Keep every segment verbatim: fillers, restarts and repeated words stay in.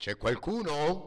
C'è qualcuno?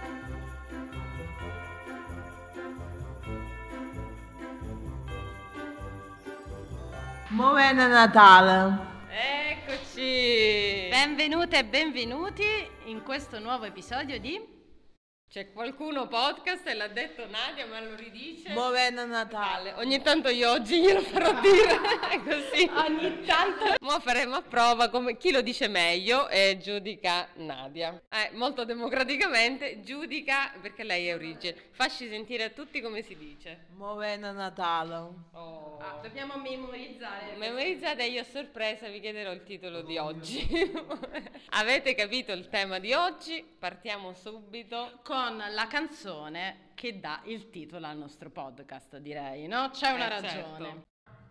Movene Natale. Eccoci! Benvenute e benvenuti in questo nuovo episodio di C'è qualcuno podcast, e l'ha detto Nadia, ma lo ridice. Movene Natale. Ogni tanto io oggi glielo farò dire così. Ogni tanto. Ma faremo a prova come chi lo dice meglio e giudica Nadia. Eh, molto democraticamente giudica, perché lei è origine. Fasci sentire a tutti come si dice. Movene Natale. Oh. Ah, dobbiamo memorizzare. Memorizzate, io a sorpresa vi chiederò il titolo di oggi. Avete capito il tema di oggi? Partiamo subito Con la canzone che dà il titolo al nostro podcast, direi, no? C'è una Eh, ragione. certo.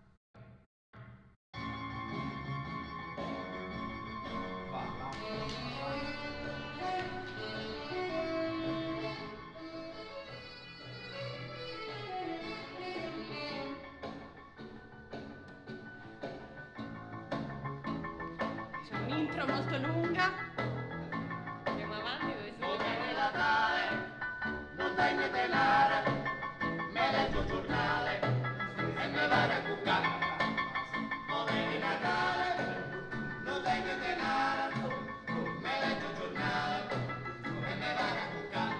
C'è un'intro molto lunga. Andiamo avanti dove si Movene Natale, non dai ne denaro, me leggo il giornale e me vado a cuccare. Movene Natale, non dai ne denaro, me leggo il giornale e me vado a cuccare.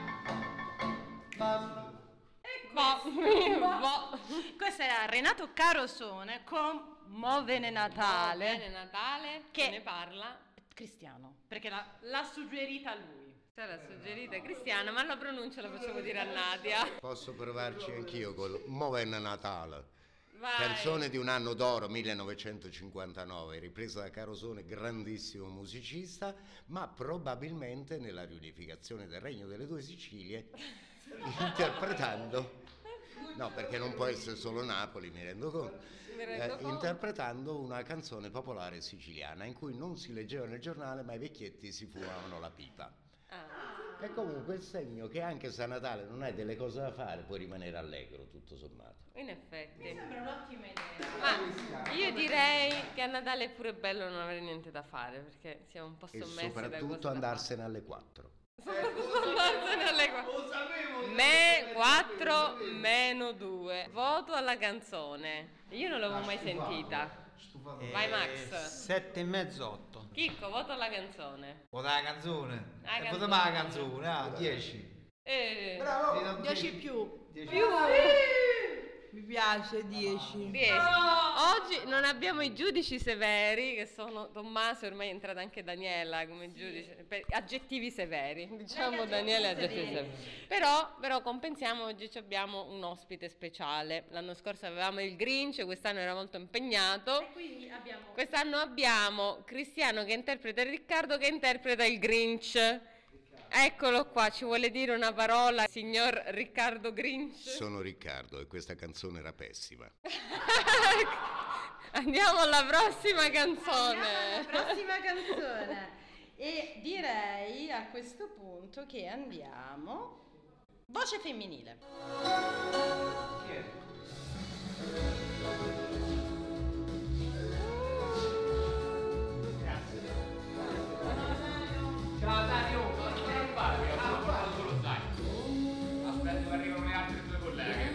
Boh, boh. Questo era Renato Carosone con Movene Natale. Bene, Natale, Che- che ne parla? Cristiano, perché l'ha, l'ha suggerita lui. Se l'ha suggerita Cristiana, ma la pronuncia la facciamo dire a Nadia. Posso provarci anch'io col Movene Natale. Vai. Canzone di un anno d'oro, millenovecentocinquantanove, ripresa da Carosone, grandissimo musicista, ma probabilmente nella riunificazione del Regno delle Due Sicilie, interpretando, no perché non può essere solo Napoli, mi rendo conto, Mi rendo eh, conto. interpretando una canzone popolare siciliana in cui non si leggeva nel giornale ma i vecchietti si fumavano la pipa. Ah. E comunque il segno che anche se a Natale non hai delle cose da fare puoi rimanere allegro tutto sommato. In effetti. Sembra un'ottima idea. Ma io direi che a Natale è pure bello non avere niente da fare, perché siamo un po' E sommersi da cose soprattutto da andarsene alle quattro. fare. Andarsene alle qua- Me quattro meno due. Voto alla canzone. Io non l'avevo mai sentita. Vai Max. Sette e mezzo, otto. Chicco, voto alla canzone. Vota la canzone. La E canzone. vota la canzone, ah, dieci. Eh, dieci più. Dieci. Mi piace dieci. dieci. Oggi non abbiamo i giudici severi, che sono Tommaso, ormai è entrata anche Daniela come giudice, per aggettivi severi, diciamo Daniele aggettivi severi. Però, però compensiamo, oggi ci abbiamo un ospite speciale. L'anno scorso avevamo il Grinch, quest'anno era molto impegnato. E quindi abbiamo Quest'anno abbiamo Cristiano che interpreta Riccardo che interpreta il Grinch. Eccolo qua, ci vuole dire una parola, signor Riccardo Grinch? Sono Riccardo e questa canzone era pessima. Andiamo alla prossima Andiamo canzone. alla prossima canzone. E direi a questo punto che andiamo voce femminile. Ciao Dario, non parli, ho portato solo zaino. Aspetta che arrivano le altre due colleghe.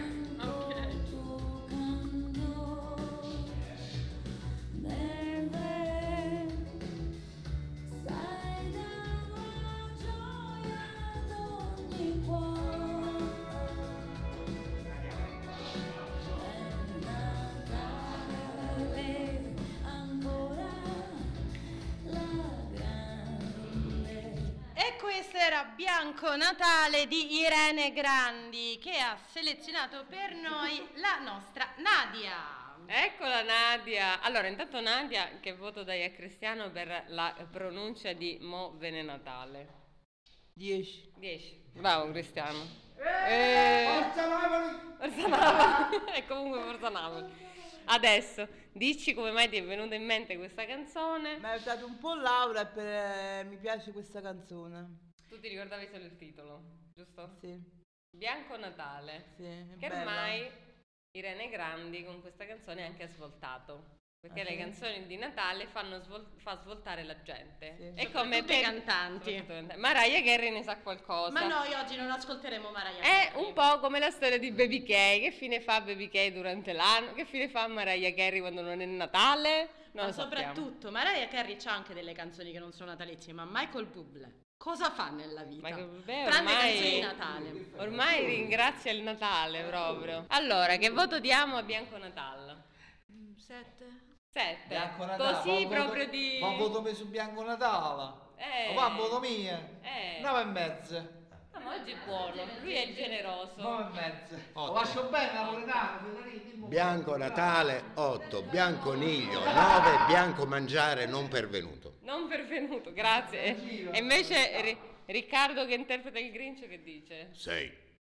E questo era Bianco Natale di Irene Grandi, che ha selezionato per noi la nostra Nadia. Eccola Nadia. Allora, intanto Nadia, che voto dai a Cristiano per la pronuncia di Movene Natale? dieci. dieci. Bravo Cristiano. Eh, Forza Napoli! Forza Napoli. E comunque Forza Napoli. Adesso, dici come mai ti è venuta in mente questa canzone? Mi ha aiutato un po' Laura e per- mi piace questa canzone. Tu ti ricordavi solo il titolo, giusto? Sì, Bianco Natale. sì, è Che bella. ormai Irene Grandi con questa canzone ha anche svoltato perché Ah, le sì? canzoni di Natale fanno svol- fa svoltare la gente. Sì. È come Soprattutto i per- cantanti. soprattutto i cantanti. Mariah Carey ne sa qualcosa. Ma noi oggi non ascolteremo Mariah È Carey. un po' come la storia di Baby K. Che fine fa Baby K durante l'anno? Che fine fa Mariah Carey quando non è Natale? Non Ma lo sappiamo. soprattutto Mariah Carey c'ha anche delle canzoni che non sono natalizie, ma Michael Bublé cosa fa nella vita? Michael Bublé Tranne ormai- canzoni di Natale. Ormai ringrazia il Natale proprio. Allora, che voto diamo a Bianco Natale? Sette. Sette. Bianco Natale. Così ma proprio voto, di... Ma voto me su Bianco Natale. Eh. Ma voto mia. Eh. Nove e mezzo. Ah, ma oggi è buono, lui è generoso. Nove e mezzo. Lo lascio bene napoletano, Federico, dimmi un po'. Bianco Natale otto, bianco Niglio nove, bianco mangiare non pervenuto. Non pervenuto, grazie. E e invece Ri- Riccardo che interpreta il Grinch che dice? sei.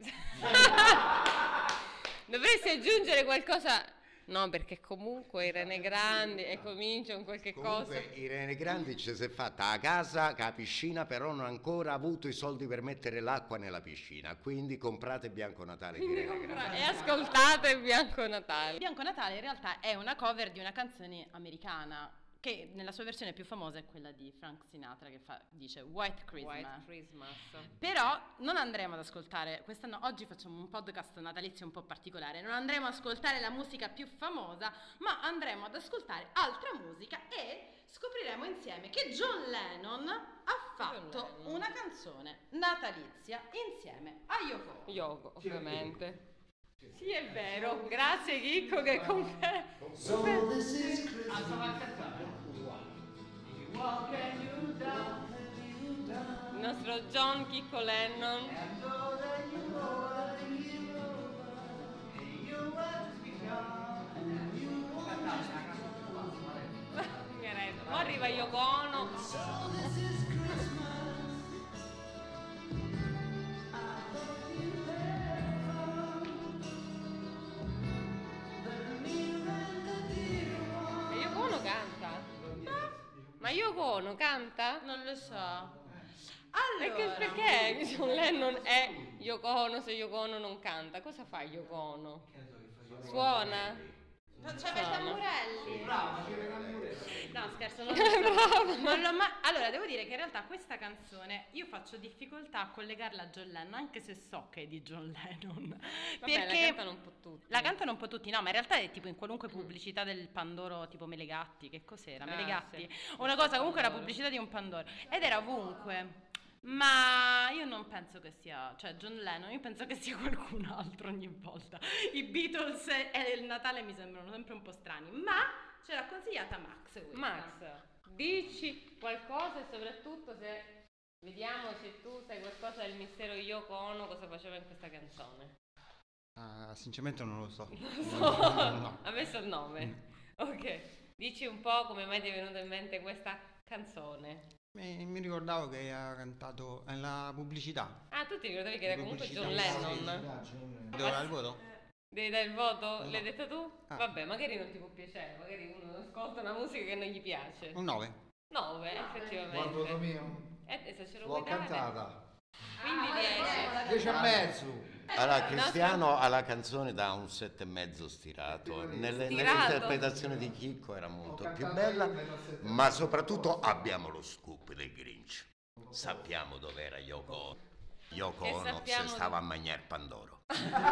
Dovresti aggiungere qualcosa? No, perché comunque Irene Grandi e comincia con qualche Comunque cosa. Irene Grandi ci si è fatta a casa, che la piscina, però non ha ancora avuto i soldi per mettere l'acqua nella piscina, quindi comprate Bianco Natale di Irene Grandi. E ascoltate Bianco Natale. Bianco Natale in realtà è una cover di una canzone americana che nella sua versione più famosa è quella di Frank Sinatra che fa, dice White Christmas. White Christmas. Però non andremo ad ascoltare, quest'anno oggi facciamo un podcast natalizio un po' particolare, non andremo ad ascoltare la musica più famosa, ma andremo ad ascoltare altra musica e scopriremo insieme che John Lennon ha fatto Lennon. una canzone natalizia insieme a Yoko. Yoko, ovviamente. Sì, è vero. Grazie Chicco che conferma. Il nostro John Chicco Lennon. Ma arriva Yoko Ono. E Yoko Ono canta? Ma Yoko Ono canta? Non lo so. Perché, Allora, perché John Lennon è Yoko Ono se Yoko Ono non canta? Cosa fa Yoko Ono? Suona? faceva i Suona. tamburelli. Bravo, ci vediamo. No, scherzo, non, lo so. Non l'ho mai... Allora, devo dire che in realtà questa canzone io faccio difficoltà a collegarla a John Lennon, anche se so che è di John Lennon. Vabbè, la perché cantano un po' tutti. la cantano un po' tutti, no, ma in realtà è tipo in qualunque pubblicità del Pandoro, tipo Melegatti, che cos'era? Ah, Melegatti? sì. Una cosa, comunque era pubblicità di un Pandoro. Ed era ovunque. Ma io non penso che sia, cioè John Lennon, io penso che sia qualcun altro ogni volta. I Beatles e il Natale mi sembrano sempre un po' strani, ma ce l'ha consigliata Max questa. Max, dici qualcosa e soprattutto se vediamo se tu sai qualcosa del mistero Yoko Ono, cosa faceva in questa canzone. Ah, sinceramente non lo so. No. Ha messo il nome. Ok, dici un po' come mai ti è venuta in mente questa canzone. Mi, mi ricordavo che ha cantato nella pubblicità. Ah, tu ti ricordavi che era comunque Pubblicità. John Lennon? Devo dare il voto? Devi dare il voto? No. L'hai detto tu? Ah. Vabbè, magari non ti può piacere, magari uno ascolta una musica che non gli piace. Un nove. nove, Guarda, effettivamente. mio. Eh, se ce lo L'ho vuoi dare. cantata. Quindi dieci. dieci e mezzo. Allora, Cristiano alla canzone dà un sette e mezzo stirato. Nelle- Stirato? Nell'interpretazione di Chicco era molto più bella, ma soprattutto abbiamo lo scoop del Grinch. Sappiamo dov'era Yoko Ono. Yoko E Ono sappiamo- se stava a mangiare Pandoro.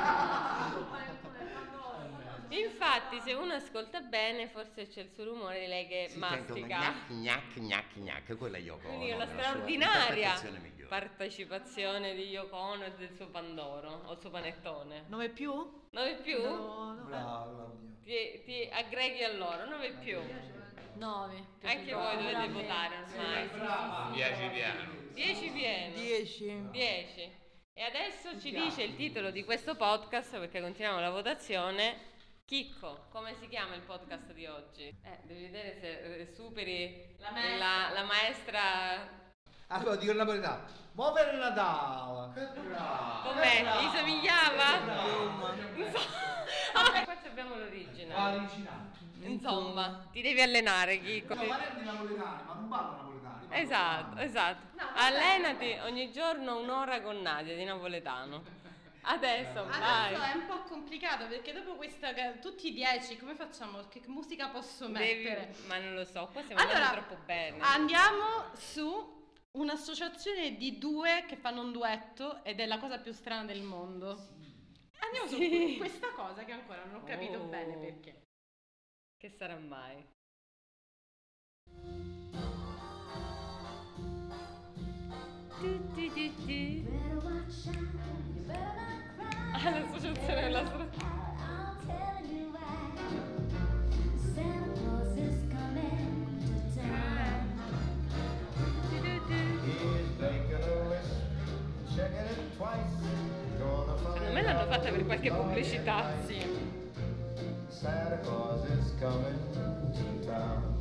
Infatti, se uno ascolta bene, forse c'è il suo rumore di lei che Si sente una mastica. gnac gnac gnac gnac, quella è Yoko Ono. Quindi una nella sua straordinaria interpretazione migliore. partecipazione di Yoko Ono e del suo Pandoro o il suo panettone. Nove più? nove più? No, no. Bravo, mio. Ti, ti aggreghi a loro, nove più. Nove. Anche voi dovete votare ormai. dieci piano. dieci pieni. Dieci. dieci. E adesso ci dice il titolo di questo podcast, perché continuiamo la votazione. Chicco, come si chiama il podcast di oggi? Eh, devi vedere se eh, superi La la maestra. la, maestra. Allora, dico la verità. Muovere Natale. Che bravo. Com'è? Gli somigliava? Insomma. Ah, qua abbiamo l'origine. Originale. Insomma, ti devi allenare, Chicco. No, parenti napoletani, ma non parlo napoletani. parlo Esatto, napoletano. esatto. No, vabbè. Allenati ogni giorno un'ora con Nadia di napoletano. Adesso, vai. Adesso è un po' complicato perché dopo questa tutti i dieci come facciamo? Che musica posso mettere? Devi, ma non lo so, qua stiamo Allora, andando troppo bene. Andiamo su un'associazione di due che fanno un duetto ed è la cosa più strana del mondo. Andiamo Sì. su questa cosa che ancora non ho capito Oh. bene perché. Che sarà mai? Tu, tu, tu, tu. Ah, l'associazione della strada. Secondo me l'hanno fatta per qualche pubblicità. Sì. Santa Claus is coming to town.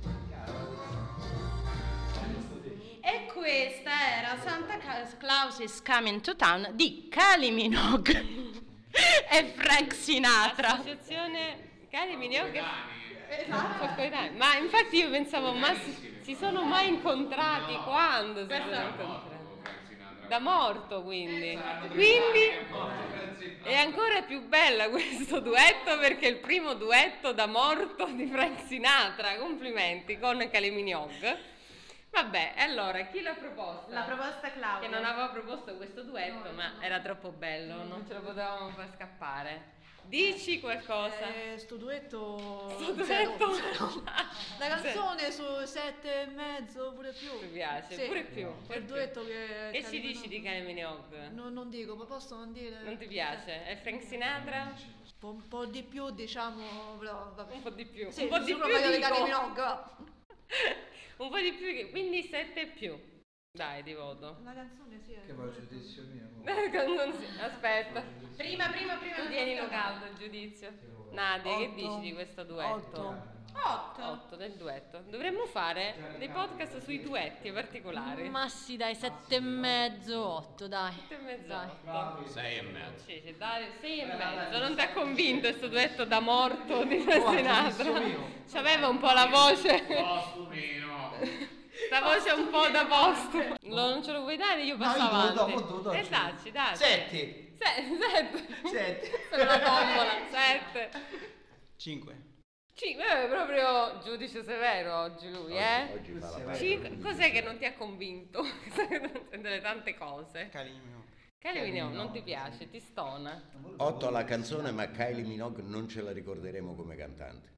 E questa era Santa Claus is Coming to Town di Kylie Minogue e Frank Sinatra. Associazione Kylie Minogue. Esatto. Ma infatti io pensavo, ma si, si sono mai incontrati? No. Quando si Questa- sono Era incontrati? morto Frank Sinatra. Da morto, quindi. Saranno Quindi È morto Frank Sinatra. è ancora più bella questo duetto perché è il primo duetto da morto di Frank Sinatra. Complimenti con Kylie Minogue. Vabbè, allora chi l'ha proposta? La proposta Claudia. Che non aveva proposto questo duetto, ma era troppo bello, non ce lo potevamo far scappare. Dici qualcosa? Eh, sto duetto. Sto zero, duetto? zero. La canzone su sette e mezzo, pure più. Mi piace, Sì, pure più. pure Il più. duetto che. Che ci Kylie dici di Kylie Minogue? No, non dico, ma posso non dire. Non ti piace? È Frank Sinatra? Un po', un po' di più, diciamo. Però, vabbè. Un po' di più. Sì, un po' di solo più meglio di dico. Kylie Minogue, va. Un po' di più, che- quindi sette e più. Dai, ti voto. La canzone sì. è- Che vuoi giudizio mio? Non si- Aspetta. Prima, prima, prima. Tu tienilo caldo il giudizio. Nadia, che Otto. dici di questo duetto? Otto. Otto. otto del duetto. Dovremmo fare dei podcast sui duetti particolari. Ma sì, dai, sette e mezzo, otto, dai. Sette e mezzo, Dai. otto. Sei e mezzo. Sì, sì, dai, sei e mezzo. Non ti ha convinto questo duetto da morto di Frank Sinatra? C'aveva un po' la voce. Postumino. Sta voce un po' da posto. Lo- non ce lo vuoi dare? Io passo No, io avanti. dopo, dopo, dopo. E dacci, dacci. Sette. Se- sette. Sette. Sono una tombola. Sette. cinque. Cinque. È proprio giudice severo oggi lui, eh? Oggi fa la parte. Cinque. Cos'è che non ti ha convinto? Delle tante cose. Calimino. Kylie Minogue non ti piace, ti stona. otto alla canzone, ma Kylie Minogue non ce la ricorderemo come cantante.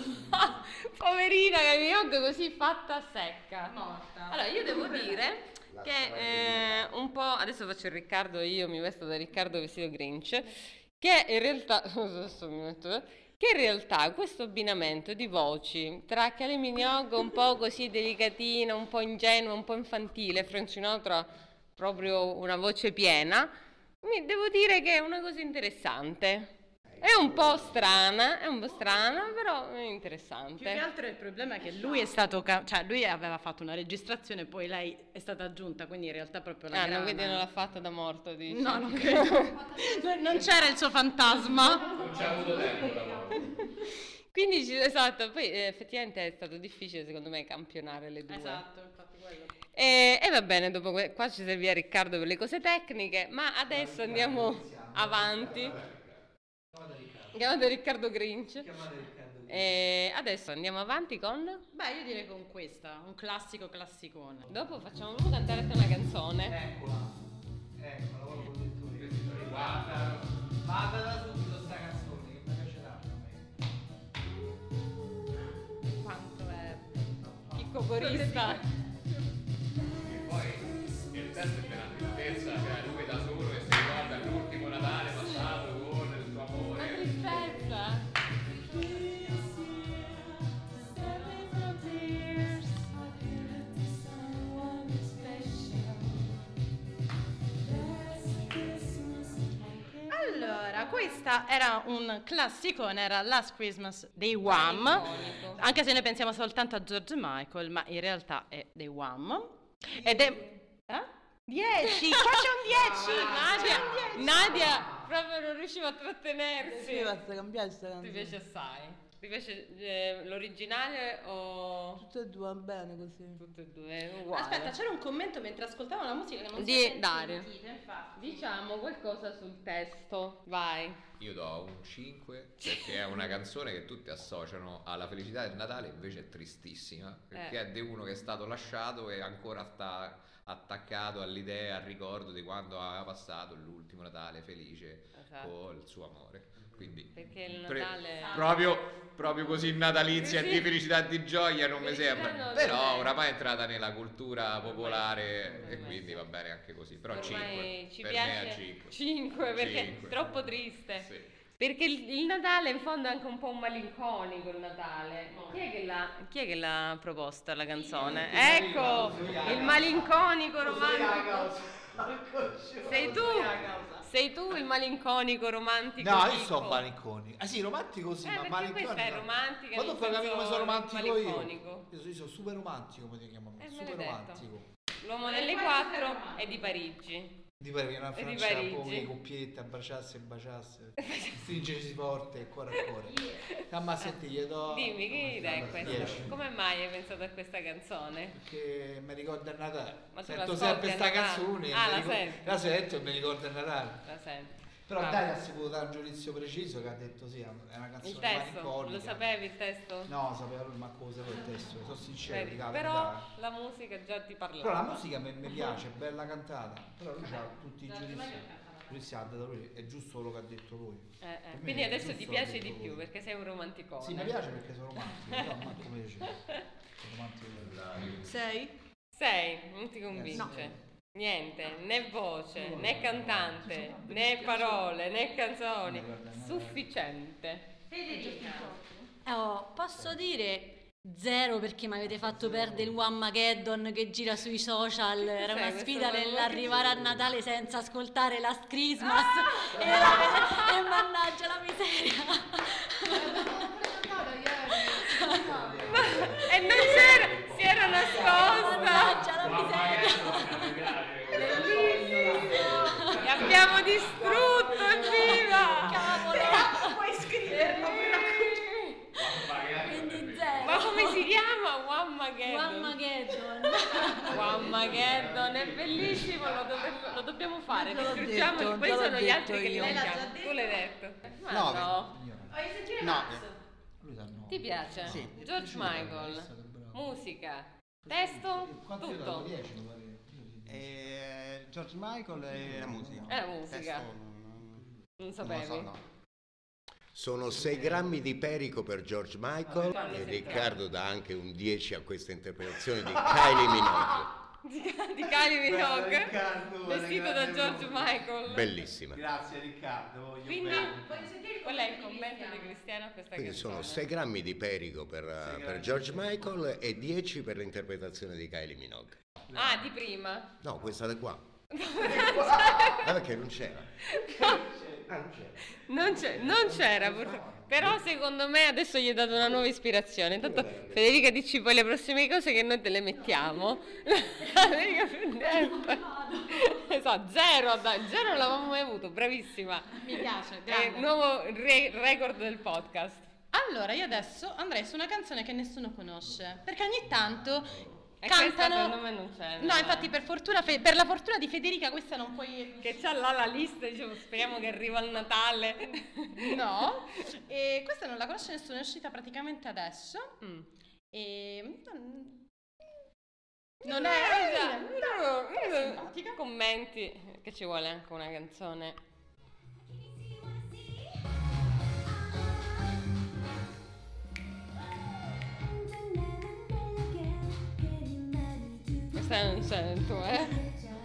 Poverina Kylie Minogue così fatta secca. Morta. Allora io devo dire che eh, un po', adesso faccio il Riccardo, io mi vesto da Riccardo vestito Grinch, che in realtà adesso mi metto, che in realtà questo abbinamento di voci tra Kylie Minogue un po' così delicatina, un po' ingenua, un po' infantile, Frank Sinatra proprio una voce piena, mi devo dire che è una cosa interessante. È un po' strana, è un po' strana, però è Più che interessante. altro il problema è che lui è stato, ca- cioè lui aveva fatto una registrazione, poi lei è stata aggiunta, quindi in realtà proprio la Ah, no, grana- quindi non l'ha fatta da morto, dici? No, non credo. Non- non c'era il suo fantasma. Non c'è avuto tempo da morto. Quindi, ci- esatto, poi eh, effettivamente è stato difficile secondo me campionare le due. Esatto, infatti quello. E, e va bene, dopo que- qua ci serviva Riccardo per le cose tecniche, ma adesso andiamo avanti. Chiamate Riccardo Grinch. E adesso andiamo avanti con... Beh, io direi con questa, un classico classicone. Dopo facciamo proprio cantare a te una canzone. Eccola. Eccola, proprio con il tuo. Guarda. Fatela subito sta canzone che mi piacerà a me. Quanto è... Chicco corista. E poi il testo è una tristezza, cioè lui da solo che si ricorda l'ultimo Natale passato con il suo Una amore. tristezza. Allora, questa era un classicone, era Last Christmas dei Wham, Iconico. anche se noi pensiamo soltanto a George Michael, ma in realtà è dei Wham. Ed è... Eh? dieci, qua c'è un dieci! Nadia, Nadia proprio non riusciva a trattenersi. Sì, basta cambiare sta Ti canzone. piace assai. Ti piace eh, l'originale o Tutte e due va bene così. tutte e due? Uguale. Aspetta, c'era un commento mentre ascoltavamo la musica che non Di si è Dario. sentito, infatti. Diciamo qualcosa sul testo. Vai. Io do un cinque perché è una canzone che tutti associano alla felicità del Natale, invece è tristissima, perché Eh. è di uno che è stato lasciato e ancora sta attaccato all'idea, al ricordo di quando aveva passato l'ultimo Natale felice Esatto. con il suo amore. Quindi Perché il pre- Natale proprio, proprio così natalizia Sì, e sì. di felicità e di gioia non mi Felicità sembra, no, però non è. oramai è entrata nella cultura popolare Ormai e sì. quindi va bene anche così, però ormai cinque ci per me è piace cinque. cinque perché Cinque. è troppo triste. Sì. Perché il, il Natale in fondo è anche un po' un malinconico il Natale. Chi è che l'ha, chi è che l'ha proposta la canzone? Ecco, il malinconico romantico. Sei tu? Sei tu il malinconico romantico? No, io Chico? sono malinconico. Ah sì, romantico sì, Eh, ma perché malinconico. questa è romantica, Ma tu nel fai capire come senso sono romantico io? malinconico. Io sono, io sono super romantico, come ti chiamo? Eh, me super l'hai detto. romantico. L'uomo delle quattro è di Parigi. Di Parigi, una È di Francia un po' Parigi. con le coppiette, abbracciarsi e baciarsi, stringersi forte, cuore a cuore. Ah, ma senti, gli do... Dimmi, che idea è questa? dieci. Come mai hai pensato a questa canzone? Perché mi ricorda il Natale. Ma tu Sento l'ascolti sempre a sta Natale? canzone. Ah, mi la ricor- senti? La sento e mi ricorda il Natale. La senti. Però Vabbè. Daria si può dare un giudizio preciso che ha detto sì, è una canzone Il testo, malinconica. lo sapevi il testo? No, sapeva lui, ma cosa il testo, sono sincero, Vedi, dico la però verità. la musica già ti parlava. Però la musica mi, mi piace, è bella cantata, però lui ha tutti i giudizi. Lui si ha dato lui, è giusto quello che ha detto lui. Eh, eh. Per me Quindi è adesso giusto ti quello che piace ha di detto più lui. perché sei un romanticone. Sì, mi piace perché sono romantico, però manco mi piace. Sono romantico. Sei? Sei, non ti convince. Niente, né voce, né cantante, né parole, né canzoni. Sufficiente. Federica. Oh, posso dire zero perché mi avete fatto perdere il Whamageddon che gira sui social. Era cos'è una questo sfida Whamageddon? nell'arrivare a Natale senza ascoltare Last Christmas. E, la- e mannaggia la miseria. E non c'era, si era nascosta. Mannaggia la miseria. Li abbiamo distrutto, evviva! Cavolo. Puoi scriverlo Quindi zero. Ma come si chiama? Whamageddon. Whamageddon. Whamageddon, è bellissimo, lo, dovre- lo dobbiamo fare, Te l'ho distruggiamoli, detto, poi te l'ho sono gli detto altri che li io. Lei l'ha già mettiamo. detto? Tu l'hai detto. Ma Nove. no. Voglio sentire No. Max. Lui dà nove. Ti piace? Sì. George Michael, musica, testo, Quanto io dato? tutto. dieci, mi pare. Eh, George Michael e la musica. È la musica. Testo, non- Non non lo sapevi? so, no. Sono sei grammi di perico per George Michael Ah, e sì. Riccardo dà anche un dieci a questa interpretazione di Kylie Minogue. Di, di Kylie Bravo, Minogue, Riccardo, vestito da grande George uomo. Michael. Bellissima. Grazie Riccardo, voglio Quindi, bene. Voglio sentire il qual è il commento di commento di Cristiano. Cristiano a questa Quindi sono canzone? sei grammi di perico per, uh, per grammi George di Michael e dieci per l'interpretazione di Kylie Minogue. Ah, di prima. No, questa da qua. Ah, perché non c'era. Non, c'è, non c'era purtroppo. Però secondo me adesso gli hai dato una nuova ispirazione. Intanto Federica dici poi le prossime cose che noi te le mettiamo. Federica più tempo. Esatto, zero, dai, zero non l'avevamo mai avuto, bravissima. Mi piace, È grande. il nuovo re- record del podcast. Allora, io adesso andrei su una canzone che nessuno conosce, perché ogni tanto E questa cantano. secondo me non c'è. No, infatti per fortuna fe- per la fortuna di Federica questa non puoi. Che c'ha là la lista, diciamo, speriamo che arriva il Natale. No. E questa non la conosce nessuno, è uscita praticamente adesso. Mm. E non, non è, Però, è simpatica. Commenti che ci vuole anche una canzone. Questa non sento, eh.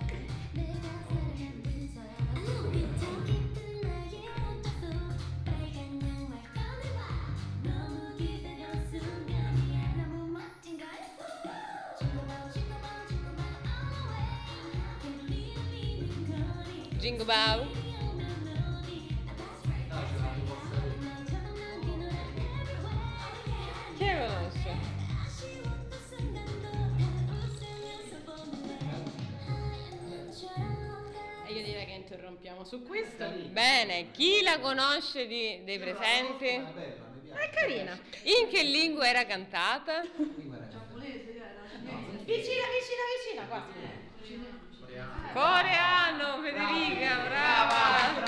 Jingle Bell. Chi la conosce? E io direi che interrompiamo su questo. Bene, chi la conosce di- dei presenti? Bella, mi piace. È carina. In che lingua era cantata? Vicina, vicina, vicina, qua. Coreano, Federica, brava.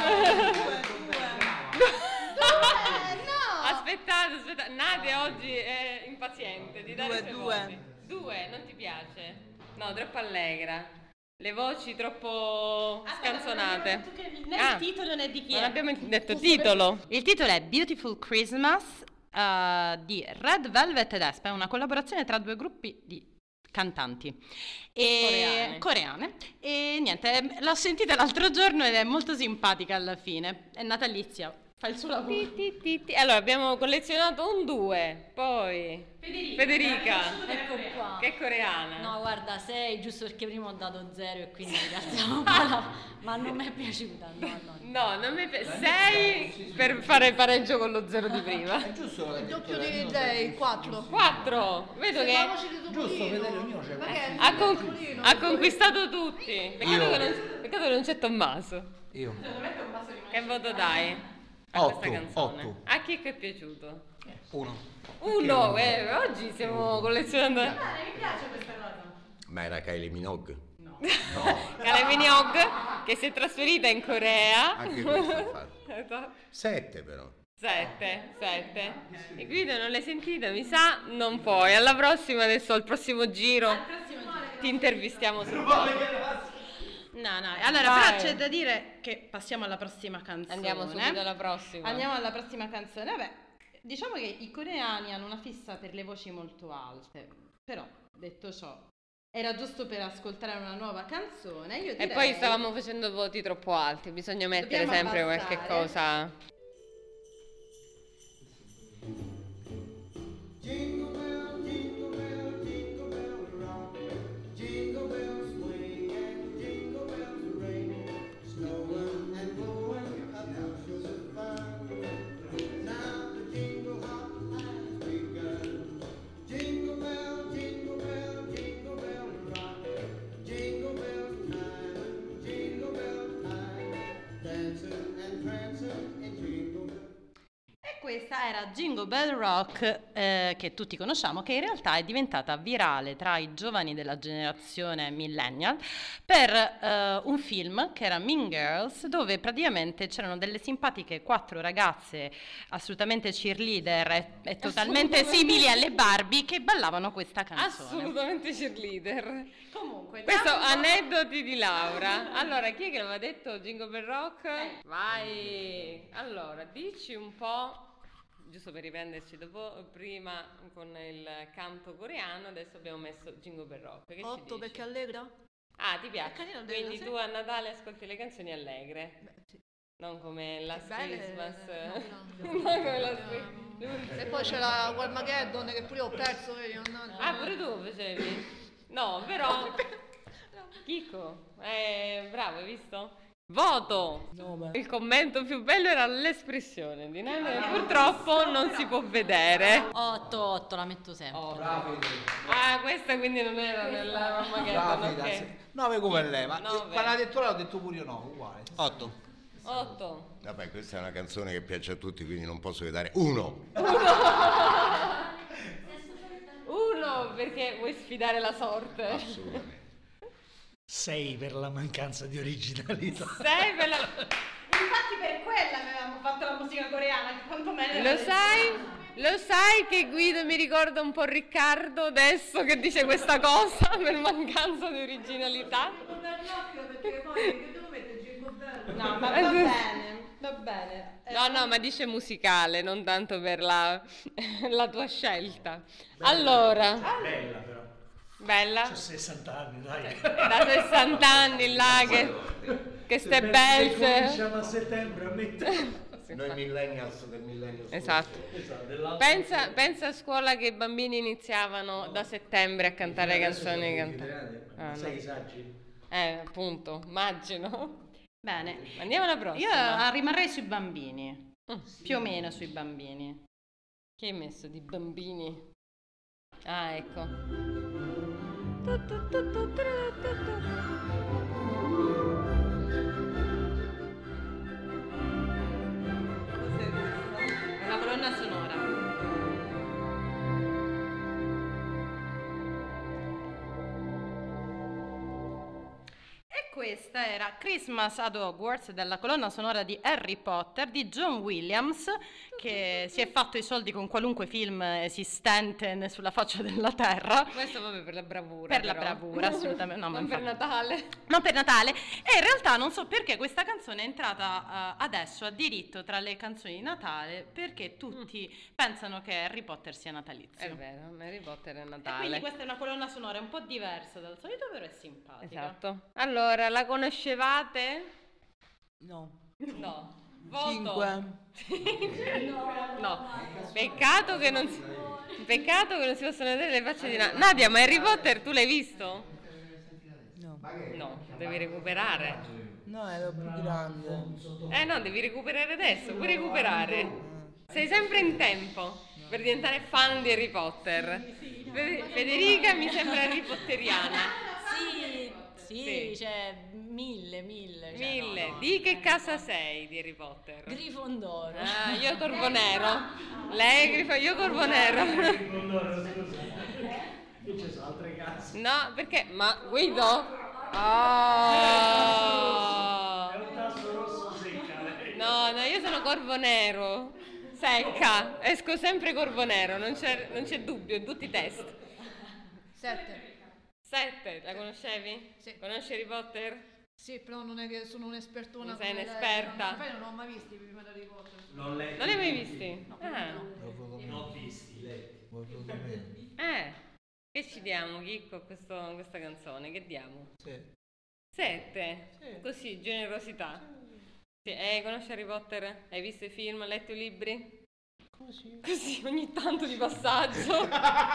No! Aspettate, aspettate. Nadia oggi è impaziente di dare Due, i suoi due. voti. Due, non ti piace? No, troppo allegra. Le voci troppo scanzonate. Aspetta, non abbiamo detto che né Ah, il titolo né di chi non è. abbiamo detto titolo. Il titolo è Beautiful Christmas uh, di Red Velvet ed Espa, è una collaborazione tra due gruppi di cantanti e Coreane. coreane. E niente, l'ho sentita l'altro giorno ed è molto simpatica alla fine, è natalizia, fa il suo lavoro. Ti, ti, ti, ti. Allora, abbiamo collezionato un due, poi Federica, Federica, Ecco qua. che è coreana. No, guarda, sei giusto perché prima ho dato zero e quindi rialziamo un po' la... Ma non mi è piaciuta, no, no. No, non mi piace. sei per fare pareggio con lo zero di prima. È giusto che l'ha Il detto doppio lei, di no? lei, quattro. quattro. Vedo che Giusto, Fedele, ognuno c'è. ha, con- ha conquistato tutti. Peccato che, non, peccato che non c'è Tommaso. Io. Che voto dai a Otto, questa canzone? otto. A chi è piaciuto? Uno. Uno, eh, oggi stiamo collezionando. Mi piace questa cosa. Ma era Kylie Minogue. Kylie Minogue che si è trasferita in Corea. Anche questo ha fatto. Sette però. Sette, sette. E Guido non l'hai sentita, mi sa, non puoi. Alla prossima, adesso al prossimo giro ti intervistiamo sul palco. No, no, allora Vai. però c'è da dire che passiamo alla prossima canzone. Andiamo subito alla prossima. Andiamo alla prossima canzone. Vabbè, diciamo che i coreani hanno una fissa per le voci molto alte, però detto ciò era giusto per ascoltare una nuova canzone. Io E direi... poi stavamo facendo voti troppo alti, bisogna mettere Dobbiamo sempre abbassare. qualche cosa. Jingle bell, jingle bell, jingle bell rock. Jingle bells swing and jingle bells ring. Snowing and blowing up bushels of fun. Now the jingle hop has begun. Jingle bell, jingle bell, jingle bell rock. Jingle bell time, jingle bell time. Dancing and prancing in jingle bell. E questa era Jingle Bell Rock, eh, che tutti conosciamo, che in realtà è diventata virale tra i giovani della generazione millennial per eh, un film che era Mean Girls, dove praticamente c'erano delle simpatiche quattro ragazze assolutamente cheerleader e, e totalmente simili alle Barbie che ballavano questa canzone. Assolutamente cheerleader. Comunque, Questo diamo un po'- aneddoti di Laura. Allora, chi è che l'aveva detto Jingle Bell Rock? Vai. Allora, dici un po', giusto per riprenderci dopo, prima con il canto coreano, adesso abbiamo messo Jingle Bell Rock. Che ci Otto dici? perché allegra? Ah, ti piace? È carino, allegra, Quindi sì. tu a Natale ascolti le canzoni allegre, Beh, sì. non come Last Belle, Christmas. eh, no, no, Non no. come Last Christmas. E poi c'era Warmageddon che pure io ho perso. Vedi, non- Ah, pure tu facevi? No, però... Chico, eh, bravo, hai visto? Voto! Il commento più bello era l'espressione di Nene, che purtroppo non si può vedere. otto, otto, la metto sempre. Bravo, Ah, questa quindi non era nella Armageddon, bravo. ok. nove come lei, ma Nove. quando ha detto lei ho detto pure io no, uguale. otto. otto. Vabbè, questa è una canzone che piace a tutti, quindi non posso che dare uno. Uno, perché vuoi sfidare la sorte. Assolutamente. sei per la mancanza di originalità. Sei per la... Infatti per quella avevamo fatto la musica coreana, che quantomeno... Lo sai? Lo sai che Guido mi ricorda un po' Riccardo adesso che dice questa cosa per mancanza di originalità? Perché poi che devo mettere Jingle Bell? No, ma va bene, va bene. Eh, No, no, ma dice musicale, non tanto per la, la tua scelta. Allora, Bella però. bella? Ho sessanta anni, dai. Da sessanta anni là che, che ste belle. Cominciamo a settembre a mettere. Noi millennials del millennials. Esatto. Esatto, Pensa, pensa a scuola che i bambini iniziavano da settembre a cantare le canzoni cantate. Ah, no. Sei i saggi? Eh, appunto, immagino. Bene, Andiamo alla io prossima. eh, rimarrei sui bambini, Mm. più o meno sui bambini. Che hai messo di bambini? Ah, ecco. È una colonna sonora. questa era Christmas at Hogwarts, della colonna sonora di Harry Potter di John Williams, che si è fatto i soldi con qualunque film esistente sulla faccia della terra. Questo proprio per la bravura. Per la però. bravura, assolutamente. No, ma non per infatti- Natale. Non per Natale. E in realtà non so perché questa canzone è entrata uh, adesso a diritto tra le canzoni di Natale, perché tutti mm. pensano che Harry Potter sia natalizio. È vero, Harry Potter è E Natale. quindi questa è una colonna sonora un po' diversa dal solito, però è simpatica. Esatto. Allora, la conoscevate? No. No. Voto. Cinque. No. Peccato che non si... Peccato che non si possono vedere le facce di Nadia. Nadia, ma Harry Potter tu l'hai visto? No. No, devi recuperare. No, ero più grande. Eh no, devi recuperare adesso, puoi recuperare. Sei sempre in tempo per diventare fan di Harry Potter. Fe- Federica mi sembra Harry Potteriana. Sì, sì, Sì. cioè mille, mille. Cioè, Mille. no, no. Di che casa sei di Harry Potter? Grifondoro. Ah, io Corvo Nero. Lei è Grifo, io Corvo Nero. Io ci sono altre case. No, perché? Ma Guido? Oh. È un tasto rosso secca lei. No, no, io sono Corvo Nero. Secca. Esco sempre Corvo Nero, non c'è, non c'è dubbio, in tutti i test. Sette. Sette, la conoscevi? Sì. Conosci Harry Potter? Sì, però non è che sono un'espertona. Non sei come lei, un'esperta? non- Poi non ho mai visti prima di Harry Potter. Non letti. Non li hai mai visti? Ah. Non visti, letti. Eh, che ci diamo, Chicco, a questo- questa canzone? Che diamo? Sì. Sette? Sì. Così, generosità. Sì, eh, conosci Harry Potter? Hai visto i film? Hai letto i libri? Così. Così, ogni tanto di passaggio.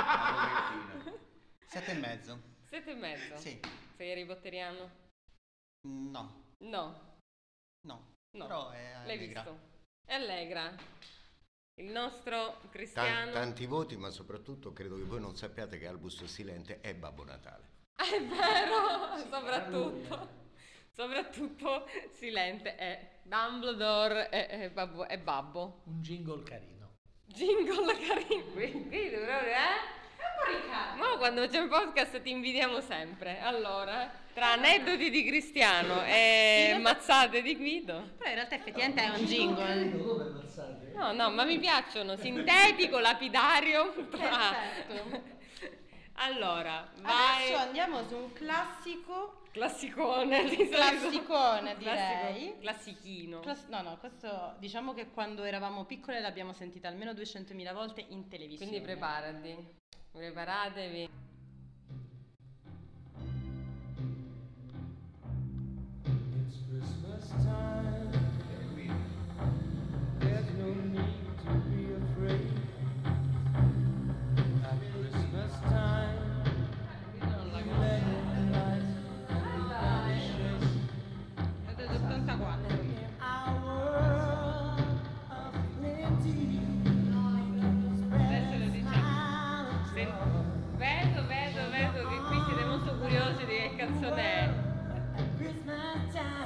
Sette e mezzo. Sette e mezzo? Sì. Sei Harry Potteriano? No, No, no. no. Però è L'hai allegra. visto? È allegra. Il nostro Tan- Cristiano... tanti voti, ma soprattutto credo che voi non sappiate che Albus Silente è Babbo Natale. Ah, è vero, soprattutto. Soprattutto Silente è Dumbledore e, e babbo, è babbo. Un jingle carino. Jingle carino. Qui, qui proprio, eh? Ma quando facciamo il podcast ti invidiamo sempre. Allora, tra aneddoti di Cristiano e mazzate di Guido. Però in realtà effettivamente è un jingle. Come mazzate? No, no, ma mi piacciono. Sintetico, lapidario. Tra... Perfetto. Allora, vai. Adesso andiamo su un classico. Classicone. di solito. Classicone, Classico- direi. Classichino. Class- no, no, questo diciamo che quando eravamo piccole l'abbiamo sentita almeno duecentomila volte in televisione. Quindi preparati. Preparatevi. It's Christmas time. There's no need to be afraid. At Christmas time, let in the lights and the vanishes. È del ottantaquattro. Our world of plenty. Adesso lo diciamo. Se- Vedo, vedo, vedo che qui siete molto curiosi di che canzone è. Christmas time.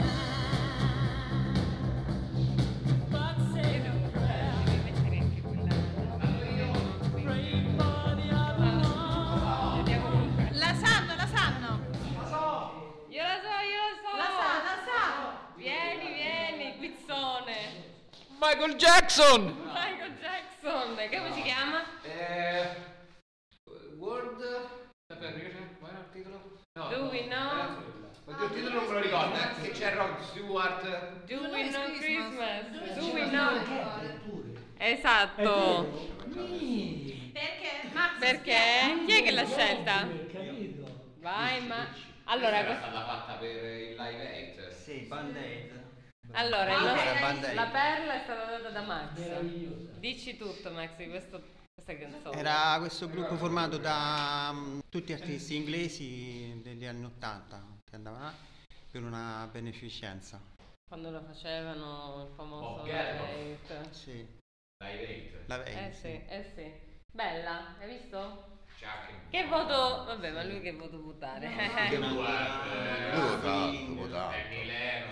But Io say devo, devo mettere anche quella. pray for the other one. Vediamo comunque. La sanno, la sanno. Io la so, io la so. La sa, la sa. Vieni, vieni, pizzone. Michael Jackson! Michael Jackson. Che come si chiama? Eh, Word. Aspetta, che c'è? Qual è l'articolo? No. Do we know? Oddio, il titolo non me lo ricordo. eh, Che c'è Rod Stewart. Do we It's know Christmas. Christmas? Do we know? Esatto. Perché? Max Perché? Chi è che l'ha scelta? Capito? Vai, ma... Allora, Era que- stata fatta per il Live Aid. Sì, Band-Aid. allora il Ah, nostro- ok. Band-Aid. la perla è stata data da Max. Meravigliosa. Dici tutto, Max, di questo, questa canzone. Era questo gruppo formato da mm, tutti artisti inglesi degli anni ottanta che andavano là per una beneficenza. Quando lo facevano il famoso Oh, Live Ghermo. Aid. Sì, Live Aid. la Eh Aid, sì, eh sì. Bella, hai visto? Chuck. Che voto... Vabbè, ma lui che voto può dare? Che Lui votato, votato. Danny Lennon.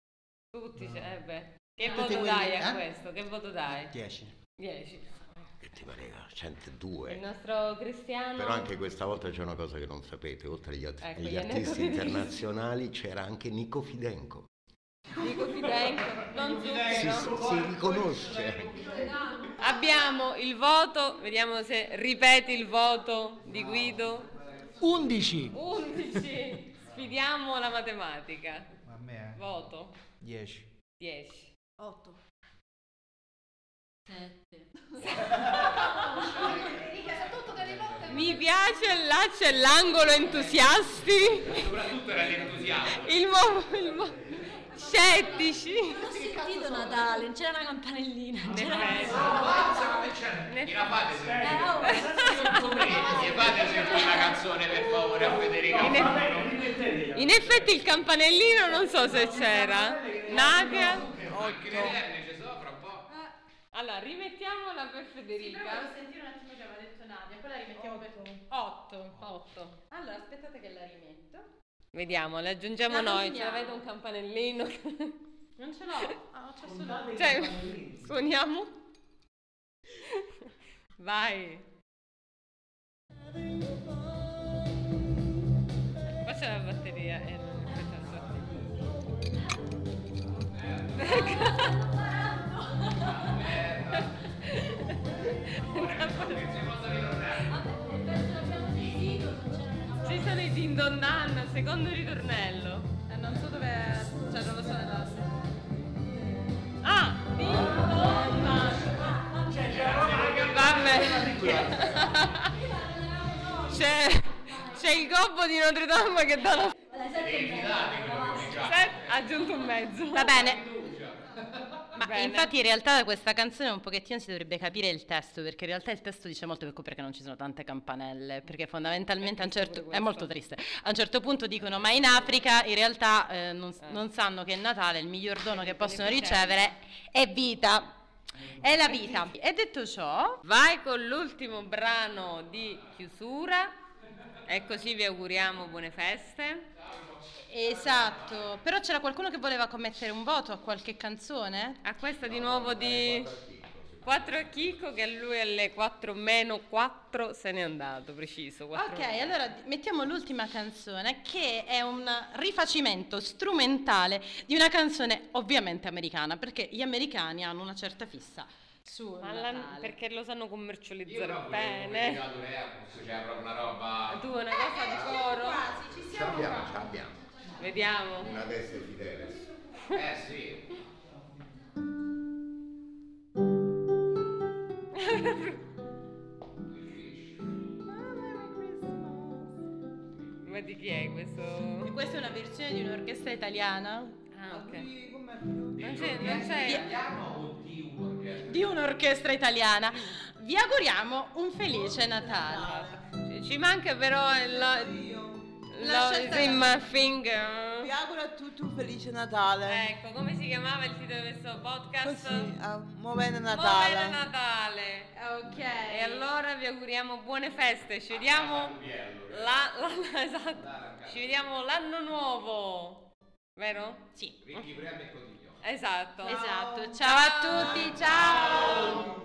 Tutti, cioè, eh beh. Che Tutti voto quelli- dai a eh? questo? Che voto dai? dieci. dieci. Senti Maria, centodue. Il nostro Cristiano. Però anche questa volta c'è una cosa che non sapete, oltre agli, at- Ecco, agli gli artisti aneddoti. internazionali c'era anche Nico Fidenco. Nico Fidenco, non Si, zucchero. si riconosce. Abbiamo il voto, vediamo se ripeti il voto di Guido. undici. undici. Sfidiamo la matematica. A me, eh. Voto. dieci. dieci. otto. Sette. Mi piace, là c'è l'angolo entusiasti. Soprattutto era l'entusiasmo. Il mo, il mo, scettici. Non ho sentito Natale, non c'era una campanellina. Non c'era Mi la fate sempre. Mi fate sempre una canzone per favore a Federica. In, eff- in effetti il campanellino non so se c'era. Nadia. Anche le verne ci sono fra un po'. Allora, rimettiamola per Federica. Devo sentire un attimo che aveva detto Nadia, poi la rimettiamo per otto. otto. Allora, aspettate che la rimetto. Vediamo, le aggiungiamo La noi. continuiamo. Ce l'avete un campanellino? Non ce l'ho. Ah, c'è solo. Cioè, suoniamo? Vai. Qua c'è la batteria. Eh, non Ci sono i Din Don Dan, secondo ritornello. Eh, non so dove. Cioè, non lo so nella. Ah, Din Don Dan. Vabbè. C'è, c'è il gobbo di Notre Dame che dà la... Set, ha aggiunto un mezzo. Va bene. Ma Bene. infatti in realtà da questa canzone un pochettino si dovrebbe capire il testo, perché in realtà il testo dice molto, ecco perché non ci sono tante campanelle, perché fondamentalmente a un certo, è molto triste, a un certo punto dicono ma in Africa in realtà eh, non, non sanno che è Natale, il miglior dono che possono ricevere è vita, è la vita. E detto ciò, Vai con l'ultimo brano di chiusura e così vi auguriamo buone feste. esatto, però c'era qualcuno che voleva commettere un voto a qualche canzone? A questa di nuovo di quattro a Chicco, che lui alle quattro meno quattro se n'è andato, preciso. quattro Ok, allora d- mettiamo l'ultima canzone che è un rifacimento strumentale di una canzone ovviamente americana, perché gli americani hanno una certa fissa sul Ma la- Natale. perché lo sanno Io commercializzare proprio bene. c'è proprio una roba. Tu una cosa di coro? Ce l'abbiamo, ce l'abbiamo. Vediamo. Una testa fidele. Eh sì. Ma di chi è questo? E questa è una versione di un'orchestra italiana? Ah, ok. Non c'è, non c'è. Italiano o di un'orchestra? Di un'orchestra italiana. Vi auguriamo un felice Natale. Ci- Ci manca però il La Love scelta is in da- my finger. Vi auguro a tutti un felice Natale. Ecco, come si chiamava il titolo di questo podcast? Così, a Movene Buon Natale. Natale. Ok. E allora vi auguriamo buone feste. Ci vediamo la, la- esatto. Ci vediamo l'anno nuovo. Vero? Sì. Ricchi premi e condiglioni. Esatto. Esatto. Ciao a tutti, ciao.